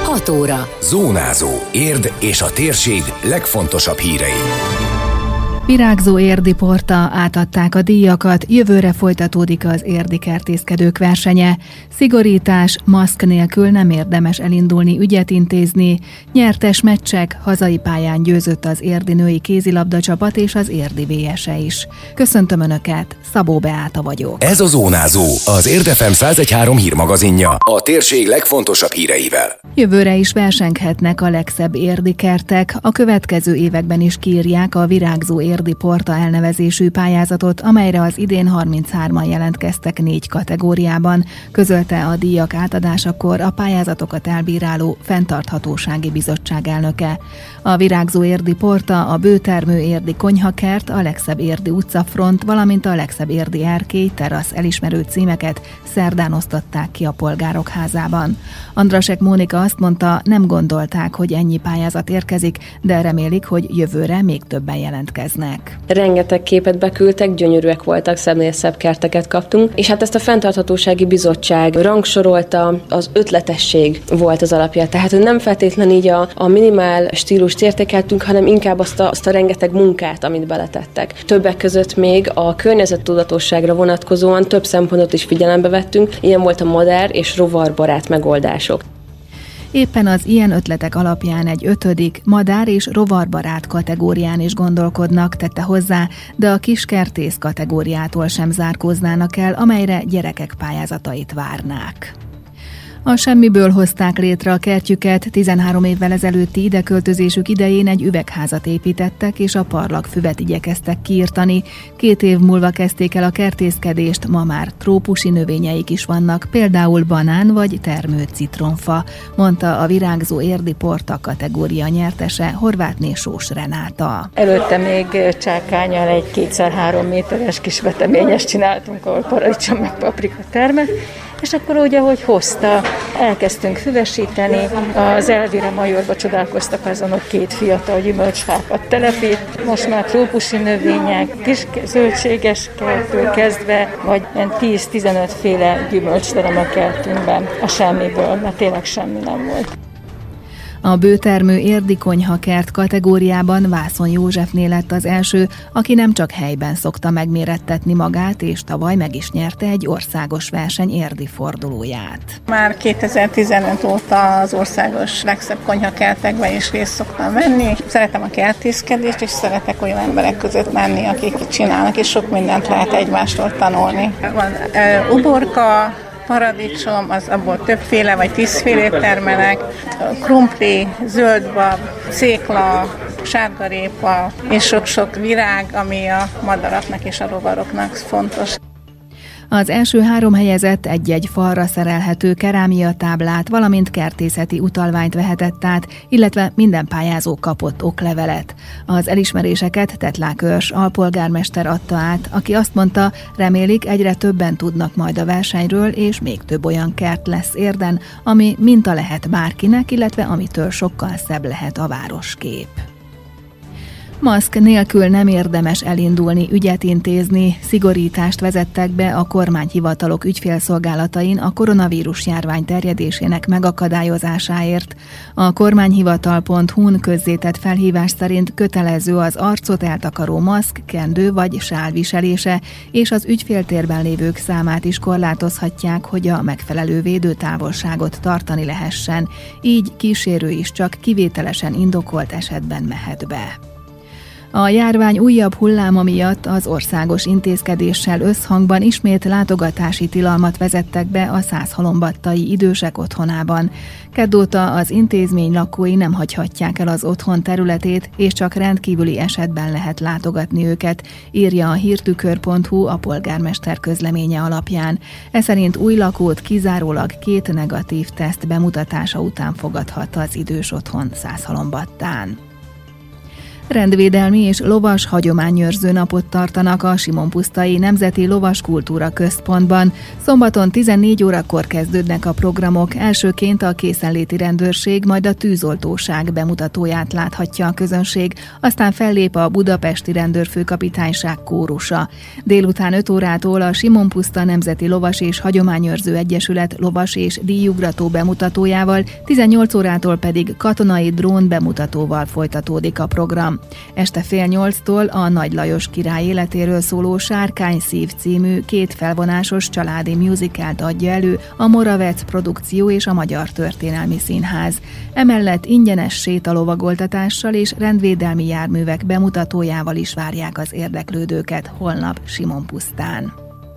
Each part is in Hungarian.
6 óra. Zónázó. Érd és a térség legfontosabb hírei. Virágzó érdi porta, átadták a díjakat, jövőre folytatódik az érdi kertészkedők versenye. Szigorítás, maszk nélkül nem érdemes elindulni, ügyet intézni. Nyertes meccsek, hazai pályán győzött az érdi női kézilabda csapat és az érdi VS-e is. Köszöntöm Önöket, Szabó Beáta vagyok. Ez a Zónázó, az Érd FM 101.3 hírmagazinja, a térség legfontosabb híreivel. Jövőre is versenghetnek a legszebb érdi kertek, a következő években is kiírják a Virágzó érdi porta elnevezésű pályázatot, amelyre az idén 33-an jelentkeztek 4 kategóriában, közölte a díjak átadásakor a pályázatokat elbíráló Fenntarthatósági Bizottság elnöke. A Virágzó érdi porta, a bőtermő érdi konyhakert, a legszebb érdi utcafront, valamint a legszebb érdi erkély, terasz elismerő címeket szerdán osztották ki a Polgárok Házában. Andrasek Mónika azt mondta, nem gondolták, hogy ennyi pályázat érkezik, de remélik, hogy jövőre még többen jelentkeznek. Rengeteg képet beküldtek, gyönyörűek voltak, szebbnél szebb kerteket kaptunk, és hát ezt a Fenntarthatósági Bizottság rangsorolta, az ötletesség volt az alapja, tehát nem feltétlenül így a minimál stílust értékeltünk, hanem inkább azt a rengeteg munkát, amit beletettek. Többek között még a környezettudatosságra vonatkozóan több szempontot is figyelembe vettünk, ilyen volt a madár és rovarbarát megoldások. Éppen az ilyen ötletek alapján egy 5. madár és rovarbarát kategórián is gondolkodnak, tette hozzá, de a kiskertész kategóriától sem zárkóznának el, amelyre gyerekek pályázatait várnák. A semmiből hozták létre a kertjüket, 13 évvel ezelőtti ideköltözésük idején egy üvegházat építettek, és a parlagfüvet igyekeztek kiirtani. 2 év múlva kezdték el a kertészkedést, ma már trópusi növényeik is vannak, például banán vagy termő citronfa, mondta a Virágzó érdi porta kategória nyertese, Horvátné Sós Renáta. Előtte még csákánnyal egy 2x3 méteres kis veteményest csináltunk, ahol paradicsom meg paprika termett, és akkor úgy, ahogy hozta, elkezdtünk füvesíteni. Az Elvire Majorba csodálkoztak azon, hogy 2 fiatal gyümölcsfákat telepít. Most már trópusi növények, kis zöldséges kertől kezdve, vagy 10-15 féle gyümölcsterem a kertünkben a semmiből, mert tényleg semmi nem volt. A bőtermő érdi konyhakert kategóriában Vászon Józsefné lett az első, aki nem csak helyben szokta megmérettetni magát, és tavaly meg is nyerte egy országos verseny érdi fordulóját. Már 2015 óta az országos legszebb konyhakertekben is részt szoktam venni. Szeretem a kertészkedést, és szeretek olyan emberek között menni, akik csinálnak, és sok mindent lehet egymástól tanulni. Van uborka, paradicsom, az abból többféle, vagy 10 félét termelek, krumpli, zöldbab, cékla, sárgarépa, és sok-sok virág, ami a madaraknak és a rovaroknak fontos. Az első 3 helyezett egy-egy falra szerelhető kerámia táblát, valamint kertészeti utalványt vehetett át, illetve minden pályázó kapott oklevelet. Az elismeréseket Tetlák Őrs alpolgármester adta át, aki azt mondta, remélik egyre többen tudnak majd a versenyről, és még több olyan kert lesz Érden, ami minta lehet bárkinek, illetve amitől sokkal szebb lehet a városkép. Maszk nélkül nem érdemes elindulni, ügyet intézni, szigorítást vezettek be a kormányhivatalok ügyfélszolgálatain a koronavírus járvány terjedésének megakadályozásáért. A kormányhivatal.hu-n közzétett felhívás szerint kötelező az arcot eltakaró maszk, kendő vagy sál viselése, és az ügyféltérben lévők számát is korlátozhatják, hogy a megfelelő védőtávolságot tartani lehessen. Így kísérő is csak kivételesen indokolt esetben mehet be. A járvány újabb hulláma miatt az országos intézkedéssel összhangban ismét látogatási tilalmat vezettek be a Százhalombattai idősek otthonában. Kedd óta az intézmény lakói nem hagyhatják el az otthon területét, és csak rendkívüli esetben lehet látogatni őket, írja a hírtükör.hu a polgármester közleménye alapján. Eszerint új lakót kizárólag 2 negatív teszt bemutatása után fogadhat az idős otthon Százhalombattán. Rendvédelmi és lovas hagyományőrző napot tartanak a Simon-pusztai Nemzeti Lovas Kultúra Központban. Szombaton 14 órakor kezdődnek a programok, elsőként a készenléti rendőrség, majd a tűzoltóság bemutatóját láthatja a közönség, aztán fellép a budapesti rendőrfőkapitányság kórusa. Délután 5 órától a Simon-puszta Nemzeti Lovas és Hagyományőrző Egyesület lovas és díjugrató bemutatójával, 18 órától pedig katonai drón bemutatóval folytatódik a program. Este 7:30-tól a Nagy Lajos király életéről szóló Sárkány szív című 2 felvonásos családi musicalt adja elő a Moravec Produkció és a Magyar Történelmi Színház. Emellett ingyenes sétalovagoltatással és rendvédelmi járművek bemutatójával is várják az érdeklődőket holnap Simon-pusztán.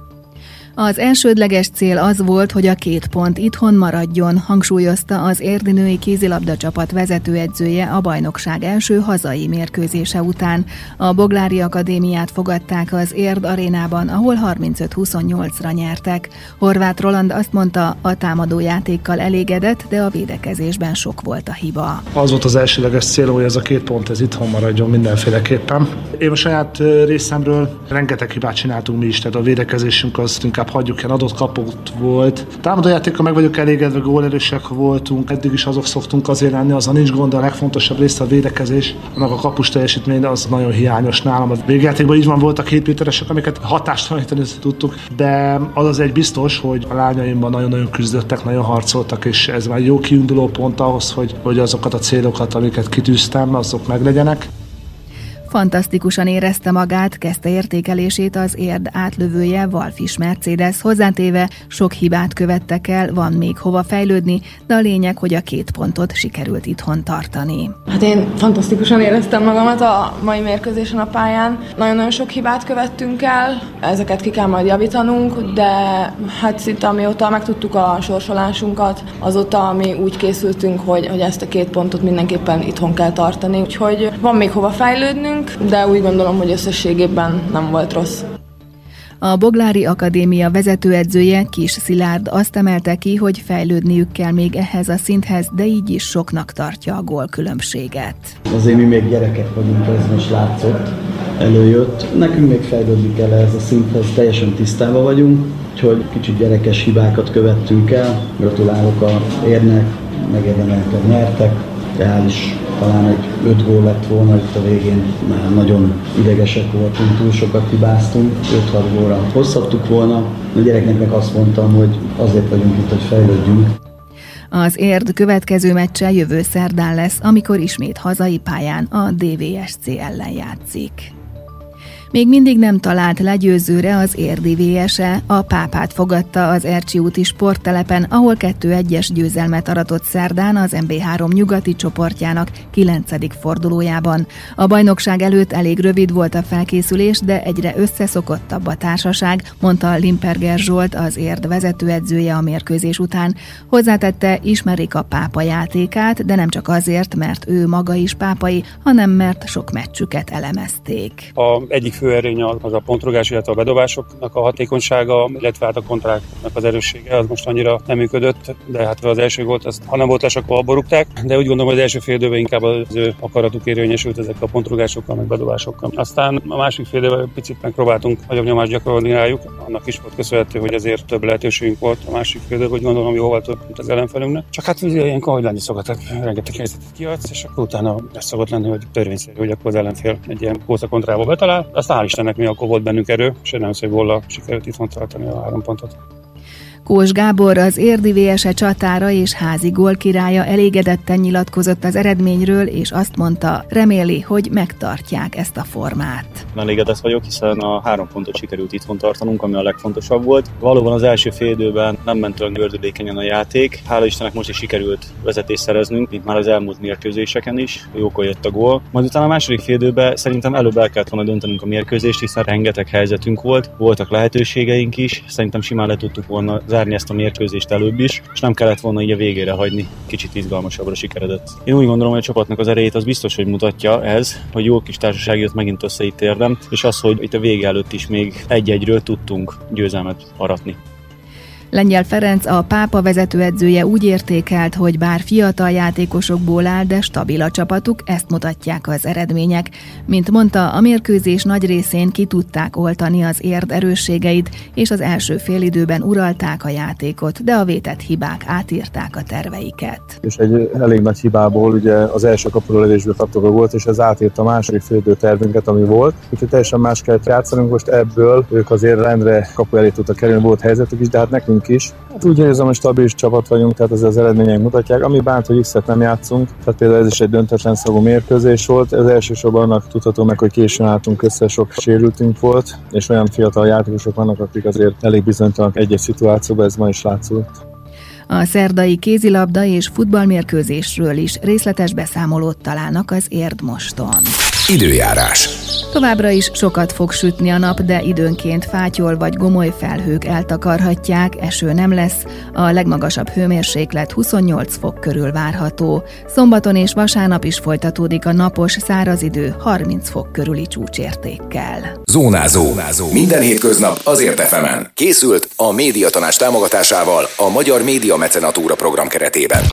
Az elsődleges cél az volt, hogy a 2 pont itthon maradjon, hangsúlyozta az érdi női kézilabda csapat vezetőedzője a bajnokság első hazai mérkőzése után. A Boglári Akadémiát fogadták az Érd arénában, ahol 35-28-ra nyertek. Horváth Roland azt mondta, a támadó játékkal elégedett, de a védekezésben sok volt a hiba. Az volt az elsődleges cél, hogy ez a 2 pont ez itthon maradjon mindenféleképpen. Én a saját részemről rengeteg hibát csináltunk mi is, tehát a védekezésünk az inkább hagyjuk, ilyen adott-kapott volt. Támadójátékkal meg vagyok elégedve, gólerősek voltunk, eddig is azok szoktunk azért lenni, az a nincs gond, a legfontosabb része a védekezés, annak a kapus teljesítmény az nagyon hiányos nálam. A végjátékban így van, voltak 7 méteresek, amiket hatástalanítani tudtuk, de az egy biztos, hogy a lányaimban nagyon-nagyon küzdöttek, nagyon harcoltak, és ez már jó kiinduló pont ahhoz, hogy azokat a célokat, amiket kitűztem, azok meglegyenek. Fantasztikusan érezte magát, kezdte értékelését az Érd átlövője Walfis Mercedes, hozzátéve sok hibát követtek el, van még hova fejlődni, de a lényeg, hogy a 2 pontot sikerült itthon tartani. Hát én fantasztikusan éreztem magamat a mai mérkőzésen a pályán. Nagyon-nagyon sok hibát követtünk el, ezeket ki kell majd javítanunk, de hát szinte amióta megtudtuk a sorsolásunkat, azóta mi úgy készültünk, hogy ezt a 2 pontot mindenképpen itthon kell tartani. Úgyhogy van még hova fejlődnünk, de úgy gondolom, hogy összességében nem volt rossz. A Boglári Akadémia vezetőedzője Kis Szilárd azt emelte ki, hogy fejlődniük kell még ehhez a szinthez, de így is soknak tartja a gólkülönbséget. Azért mi még gyerekek vagyunk, ez most látszott, előjött. Nekünk még fejlődni kell ehhez a szinthez, teljesen tisztában vagyunk, úgyhogy kicsit gyerekes hibákat követtünk el. Gratulálok a Érdnek, megérdemelten nyertek, reális talán egy 5 gól lett volna, itt a végén már nagyon idegesek voltunk, túl sokat hibáztunk, 5-6 gólra hozhattuk volna. A gyereknek meg azt mondtam, hogy azért vagyunk itt, hogy fejlődjünk. Az Érd következő meccse jövő szerdán lesz, amikor ismét hazai pályán a DVSC ellen játszik. Még mindig nem talált legyőzőre az érdi VS-e, a Pápát fogadta az Ercsi úti sporttelepen, ahol 2-1-es győzelmet aratott szerdán az MB3 nyugati csoportjának 9. fordulójában. A bajnokság előtt elég rövid volt a felkészülés, de egyre összeszokottabb a társaság, mondta Limperger Zsolt, az Érd vezetőedzője a mérkőzés után. Hozzátette, ismerik a Pápa játékát, de nem csak azért, mert ő maga is pápai, hanem mert sok meccsüket elemezték. Egyik fő erénye az a pontrugás, illetve a bedobásoknak a hatékonysága, illetve a kontráknak az erőssége, az most annyira nem működött, de hát az első gólt, azt, ha nem volt les, akkor abba rúgták, de úgy gondolom, hogy az első fél időben inkább az ő akaratuk érvényesült ezekkel a pontrugásokkal, meg bedobásokkal. Aztán a másik fél időben picit megpróbáltunk nagyobb nyomást gyakorolni rájuk, annak is volt köszönhető, hogy azért több lehetőségünk volt a másik fél időben, hogy gondolom, jóval több, mint az ellenfelünknek. Csak hát ilyenkor, hogy lenni szokott, rengeteg helyzetet kiadsz, és akkor utána ez szokott lenni, hogy törvényszerű, hogy akkor az ellenfél egy ilyen kontrába betalál. Aztán hál' Istennek mi akkor volt bennünk erő, és egy nagyon szép góllal sikerült itthon tartani a 3 pontot. Kós Gábor, az érdi VS-e csatára és házi gólkirálya elégedetten nyilatkozott az eredményről, és azt mondta, reméli, hogy megtartják ezt a formát. Elégedett vagyok, hiszen a 3 pontot sikerült itthon tartanunk, ami a legfontosabb volt. Valóban az első fél időben nem ment olyan gördülékenyen a játék. Hála Istennek most is sikerült vezetést szereznünk, mint már az elmúlt mérkőzéseken is. Jókor jött a gól. Majd utána a második fél időben szerintem előbb el kellett volna döntenünk a mérkőzést, hiszen rengeteg helyzetünk volt, voltak lehetőségeink is. Szerintem simán le tudtuk volna zárni ezt a mérkőzést előbb is, és nem kellett volna így a végére hagyni, kicsit izgalmasabbra sikeredett. Én úgy gondolom, hogy a csapatnak az erejét az biztos, hogy mutatja ez, hogy jó kis társaság jött megint össze itt Érdem, és az, hogy itt a vége előtt is még 1-1-ről tudtunk győzelmet aratni. Lengyel Ferenc, a Pápa vezetőedzője úgy értékelt, hogy bár fiatal játékosokból áll, de stabil a csapatuk, ezt mutatják az eredmények. Mint mondta, a mérkőzés nagy részén ki tudták oltani az Érd erősségeit, és az első félidőben uralták a játékot, de a vétett hibák átírták a terveiket. És egy elég nagy hibából ugye az első kapulövésből kaptuk a gólt, és ez átírta a második félidő tervünket, ami volt. Úgyhogy teljesen más kellett játszanunk, most ebből ők azért rendre kapu elé tudtak kerülni, volt helyzetük is, de hát nekünk is. Hát úgy érzem, hogy stabil csapat vagyunk, tehát az eredményeink mutatják. Ami bánt, hogy X-et nem játszunk, tehát például ez is egy döntetlen szagú mérkőzés volt. Ez elsősorban annak tudható meg, hogy későn álltunk össze, sok sérültünk volt, és olyan fiatal játékosok vannak, akik azért elég bizonytalanok egy-egy szituációban, ez ma is látszott. A szerdai kézilabda és futballmérkőzésről is részletes beszámolót találnak az Érdmoston. Időjárás. Továbbra is sokat fog sütni a nap, de időnként fátyol vagy gomoly felhők eltakarhatják, eső nem lesz, a legmagasabb hőmérséklet 28 fok körül várható. Szombaton és vasárnap is folytatódik a napos, száraz idő 30 fok körüli csúcsértékkel. Zónázó. Minden hétköznap azért FM-en. Készült a Médiatanács támogatásával a Magyar Média Mecenatúra program keretében.